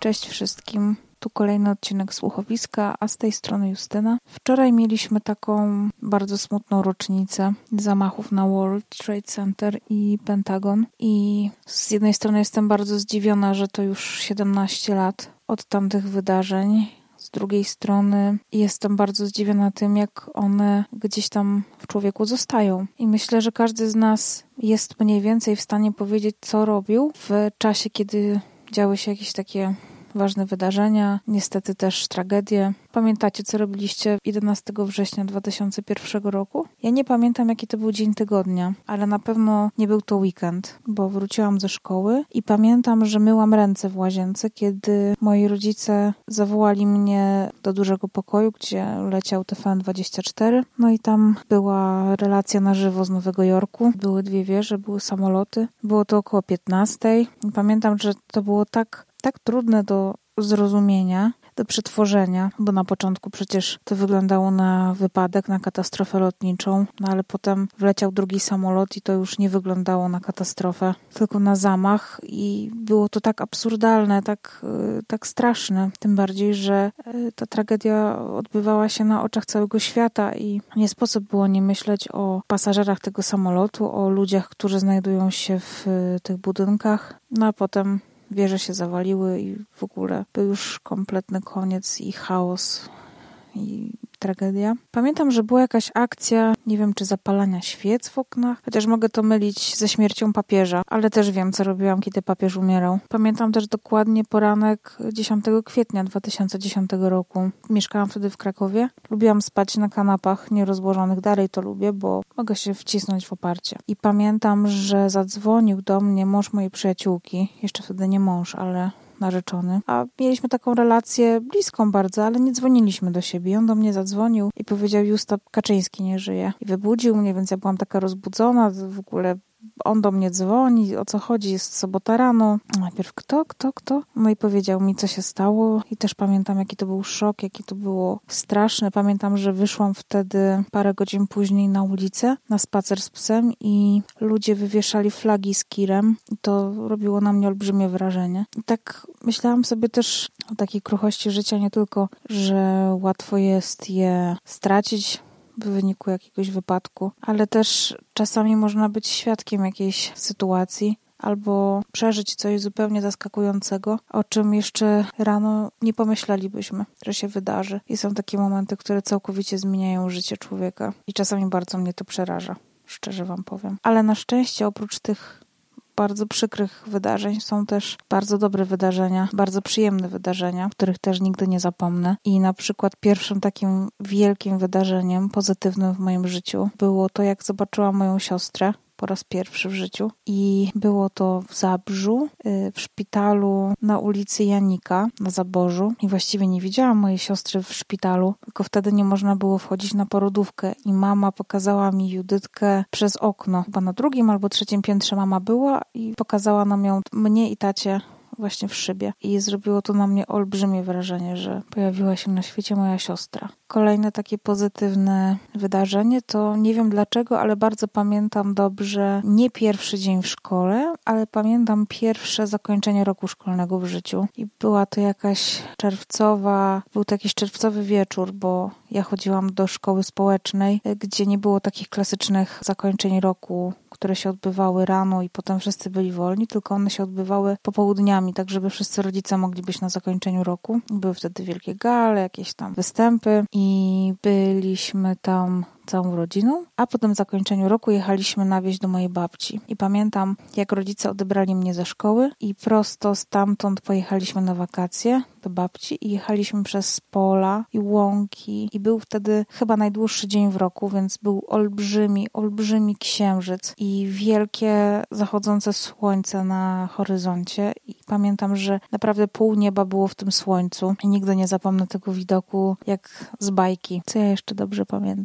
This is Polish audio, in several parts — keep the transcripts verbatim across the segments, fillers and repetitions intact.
Cześć wszystkim. Tu kolejny odcinek Słuchowiska, a z tej strony Justyna. Wczoraj mieliśmy taką bardzo smutną rocznicę zamachów na World Trade Center i Pentagon. I z jednej strony jestem bardzo zdziwiona, że to już siedemnaście lat od tamtych wydarzeń. Z drugiej strony jestem bardzo zdziwiona tym, jak one gdzieś tam w człowieku zostają. I myślę, że każdy z nas jest mniej więcej w stanie powiedzieć, co robił w czasie, kiedy działy się jakieś takie ważne wydarzenia, niestety też tragedie. Pamiętacie, co robiliście jedenastego września dwa tysiące pierwszego roku? Ja nie pamiętam, jaki to był dzień tygodnia, ale na pewno nie był to weekend, bo wróciłam ze szkoły i pamiętam, że myłam ręce w łazience, kiedy moi rodzice zawołali mnie do dużego pokoju, gdzie leciał T V N dwadzieścia cztery. No i tam była relacja na żywo z Nowego Jorku. Były dwie wieże, były samoloty. Było to około piętnastej. I pamiętam, że to było tak tak trudne do zrozumienia, do przetworzenia, bo na początku przecież to wyglądało na wypadek, na katastrofę lotniczą, no ale potem wleciał drugi samolot i to już nie wyglądało na katastrofę, tylko na zamach i było to tak absurdalne, tak, tak straszne, tym bardziej, że ta tragedia odbywała się na oczach całego świata i nie sposób było nie myśleć o pasażerach tego samolotu, o ludziach, którzy znajdują się w tych budynkach, no a potem wieże się zawaliły i w ogóle był już kompletny koniec i chaos i tragedia. Pamiętam, że była jakaś akcja, nie wiem, czy zapalania świec w oknach, chociaż mogę to mylić ze śmiercią papieża, ale też wiem, co robiłam, kiedy papież umierał. Pamiętam też dokładnie poranek dziesiątego kwietnia dwa tysiące dziesiątego roku. Mieszkałam wtedy w Krakowie. Lubiłam spać na kanapach nierozłożonych, dalej to lubię, bo mogę się wcisnąć w oparcie. I pamiętam, że zadzwonił do mnie mąż mojej przyjaciółki, jeszcze wtedy nie mąż, ale narzeczony, a mieliśmy taką relację bliską bardzo, ale nie dzwoniliśmy do siebie. I on do mnie zadzwonił i powiedział: Justa, Kaczyński nie żyje. I wybudził mnie, więc ja byłam taka rozbudzona, w ogóle on do mnie dzwoni, o co chodzi, jest sobota rano. Najpierw kto, kto, kto? No i powiedział mi, co się stało i też pamiętam, jaki to był szok, jaki to było straszne. Pamiętam, że wyszłam wtedy parę godzin później na ulicę, na spacer z psem i ludzie wywieszali flagi z kirem i to robiło na mnie olbrzymie wrażenie. I tak myślałam sobie też o takiej kruchości życia, nie tylko, że łatwo jest je stracić w wyniku jakiegoś wypadku, ale też czasami można być świadkiem jakiejś sytuacji albo przeżyć coś zupełnie zaskakującego, o czym jeszcze rano nie pomyślelibyśmy, że się wydarzy. I są takie momenty, które całkowicie zmieniają życie człowieka i czasami bardzo mnie to przeraża, szczerze wam powiem. Ale na szczęście oprócz tych bardzo przykrych wydarzeń są też bardzo dobre wydarzenia, bardzo przyjemne wydarzenia, których też nigdy nie zapomnę. I na przykład pierwszym takim wielkim wydarzeniem pozytywnym w moim życiu było to, jak zobaczyłam moją siostrę po raz pierwszy w życiu i było to w Zabrzu, w szpitalu na ulicy Janika na Zaborzu i właściwie nie widziałam mojej siostry w szpitalu, tylko wtedy nie można było wchodzić na porodówkę i mama pokazała mi Judytkę przez okno, chyba na drugim albo trzecim piętrze mama była i pokazała nam ją, mnie i tacie, właśnie w szybie. I zrobiło to na mnie olbrzymie wrażenie, że pojawiła się na świecie moja siostra. Kolejne takie pozytywne wydarzenie to nie wiem dlaczego, ale bardzo pamiętam dobrze nie pierwszy dzień w szkole, ale pamiętam pierwsze zakończenie roku szkolnego w życiu. I była to jakaś czerwcowa, był to jakiś czerwcowy wieczór, bo ja chodziłam do szkoły społecznej, gdzie nie było takich klasycznych zakończeń roku, które się odbywały rano i potem wszyscy byli wolni, tylko one się odbywały popołudniami, tak żeby wszyscy rodzice mogli być na zakończeniu roku. Były wtedy wielkie gale, jakieś tam występy i byliśmy tam całą rodziną, a po tym zakończeniu roku jechaliśmy na wieś do mojej babci. I pamiętam, jak rodzice odebrali mnie ze szkoły i prosto stamtąd pojechaliśmy na wakacje do babci i jechaliśmy przez pola i łąki i był wtedy chyba najdłuższy dzień w roku, więc był olbrzymi, olbrzymi księżyc i wielkie zachodzące słońce na horyzoncie i pamiętam, że naprawdę pół nieba było w tym słońcu i nigdy nie zapomnę tego widoku jak z bajki. Co ja jeszcze dobrze pamiętam? Pamiętam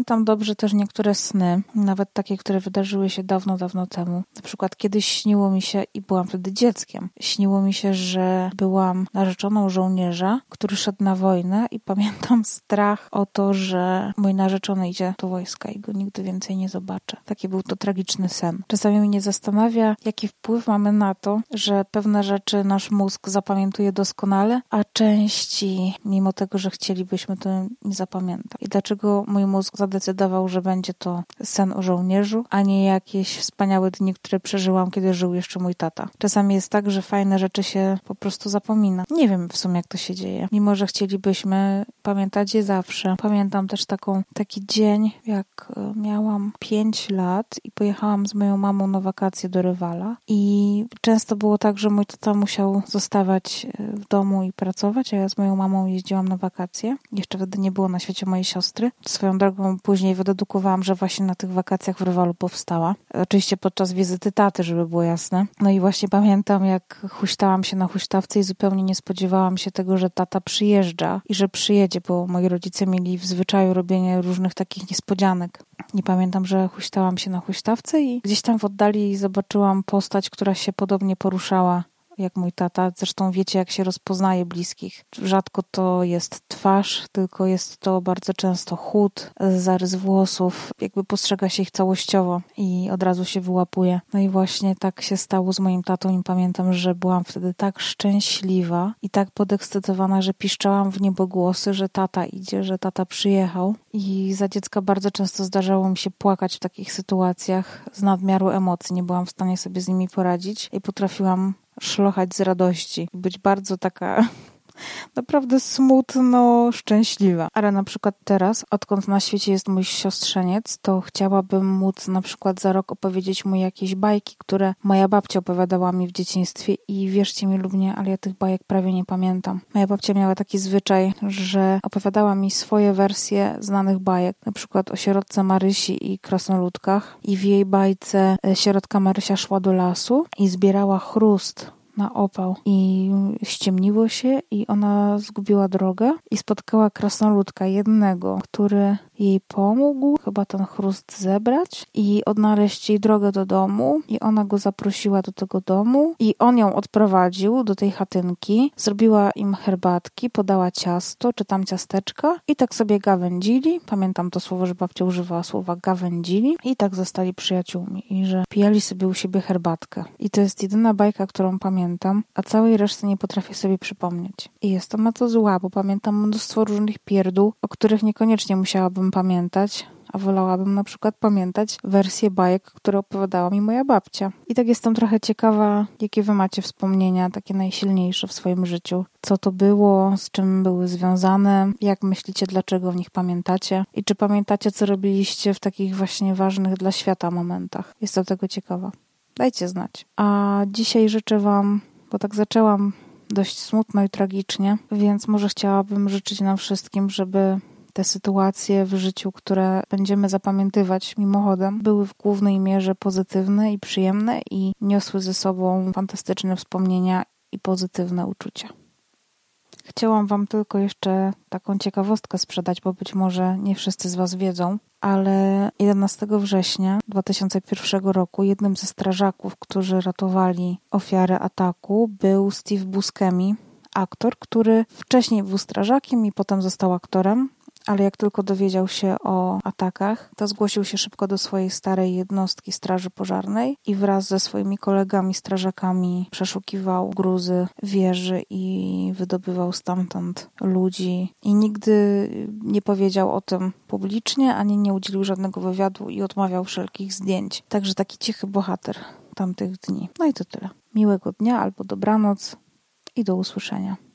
Pamiętam dobrze też niektóre sny, nawet takie, które wydarzyły się dawno, dawno temu. Na przykład kiedyś śniło mi się, i byłam wtedy dzieckiem, śniło mi się, że byłam narzeczoną żołnierza, który szedł na wojnę i pamiętam strach o to, że mój narzeczony idzie do wojska i go nigdy więcej nie zobaczę. Taki był to tragiczny sen. Czasami mnie zastanawia, jaki wpływ mamy na to, że pewne rzeczy nasz mózg zapamiętuje doskonale, a części, mimo tego, że chcielibyśmy, to nie zapamięta. I dlaczego mój mózg zadecydował, że będzie to sen o żołnierzu, a nie jakieś wspaniałe dni, które przeżyłam, kiedy żył jeszcze mój tata. Czasami jest tak, że fajne rzeczy się po prostu zapomina. Nie wiem w sumie, jak to się dzieje. Mimo, że chcielibyśmy pamiętać je zawsze. Pamiętam też taką, taki dzień, jak miałam pięć lat i pojechałam z moją mamą na wakacje do Rywala i często było tak, że mój tata musiał zostawać w domu i pracować, a ja z moją mamą jeździłam na wakacje. Jeszcze wtedy nie było na świecie mojej siostry. Swoją drogą później wydedukowałam, że właśnie na tych wakacjach w Rywalu powstała. Oczywiście podczas wizyty taty, żeby było jasne. No i właśnie pamiętam, jak huśtałam się na huśtawce i zupełnie nie spodziewałam się tego, że tata przyjeżdża i że przyjedzie, bo moi rodzice mieli w zwyczaju robienie różnych takich niespodzianek. I pamiętam, że huśtałam się na huśtawce i gdzieś tam w oddali zobaczyłam postać, która się podobnie poruszała jak mój tata. Zresztą wiecie, jak się rozpoznaje bliskich. Rzadko to jest twarz, tylko jest to bardzo często chód, zarys włosów. Jakby postrzega się ich całościowo i od razu się wyłapuje. No i właśnie tak się stało z moim tatą i pamiętam, że byłam wtedy tak szczęśliwa i tak podekscytowana, że piszczałam w niebogłosy, że tata idzie, że tata przyjechał. I za dziecka bardzo często zdarzało mi się płakać w takich sytuacjach z nadmiaru emocji. Nie byłam w stanie sobie z nimi poradzić i potrafiłam szlochać z radości. Być bardzo taka naprawdę smutno szczęśliwa. Ale na przykład teraz, odkąd na świecie jest mój siostrzeniec, to chciałabym móc na przykład za rok opowiedzieć mu jakieś bajki, które moja babcia opowiadała mi w dzieciństwie i wierzcie mi lub nie, ale ja tych bajek prawie nie pamiętam. Moja babcia miała taki zwyczaj, że opowiadała mi swoje wersje znanych bajek, na przykład o sierotce Marysi i krasnoludkach i w jej bajce sierotka Marysia szła do lasu i zbierała chrust na opał i ściemniło się i ona zgubiła drogę i spotkała krasnoludka jednego, który jej pomógł chyba ten chrust zebrać i odnaleźć jej drogę do domu i ona go zaprosiła do tego domu i on ją odprowadził do tej chatynki, zrobiła im herbatki, podała ciasto czy tam ciasteczka i tak sobie gawędzili. Pamiętam to słowo, że babcia używała słowa gawędzili i tak zostali przyjaciółmi i że pijali sobie u siebie herbatkę. I to jest jedyna bajka, którą pamiętam, a całej reszty nie potrafię sobie przypomnieć. I jestem na to zła, bo pamiętam mnóstwo różnych pierdół, o których niekoniecznie musiałabym pamiętać, a wolałabym na przykład pamiętać wersję bajek, które opowiadała mi moja babcia. I tak jestem trochę ciekawa, jakie wy macie wspomnienia, takie najsilniejsze w swoim życiu. Co to było, z czym były związane, jak myślicie, dlaczego w nich pamiętacie i czy pamiętacie, co robiliście w takich właśnie ważnych dla świata momentach. Jestem tego ciekawa. Dajcie znać. A dzisiaj życzę wam, bo tak zaczęłam dość smutno i tragicznie, więc może chciałabym życzyć nam wszystkim, żeby te sytuacje w życiu, które będziemy zapamiętywać mimochodem, były w głównej mierze pozytywne i przyjemne i niosły ze sobą fantastyczne wspomnienia i pozytywne uczucia. Chciałam wam tylko jeszcze taką ciekawostkę sprzedać, bo być może nie wszyscy z was wiedzą, ale jedenastego września dwa tysiące pierwszego roku jednym ze strażaków, którzy ratowali ofiarę ataku, był Steve Buscemi, aktor, który wcześniej był strażakiem i potem został aktorem, ale jak tylko dowiedział się o atakach, to zgłosił się szybko do swojej starej jednostki straży pożarnej i wraz ze swoimi kolegami strażakami przeszukiwał gruzy wieży i wydobywał stamtąd ludzi. I nigdy nie powiedział o tym publicznie, ani nie udzielił żadnego wywiadu i odmawiał wszelkich zdjęć. Także taki cichy bohater tamtych dni. No i to tyle. Miłego dnia albo dobranoc i do usłyszenia.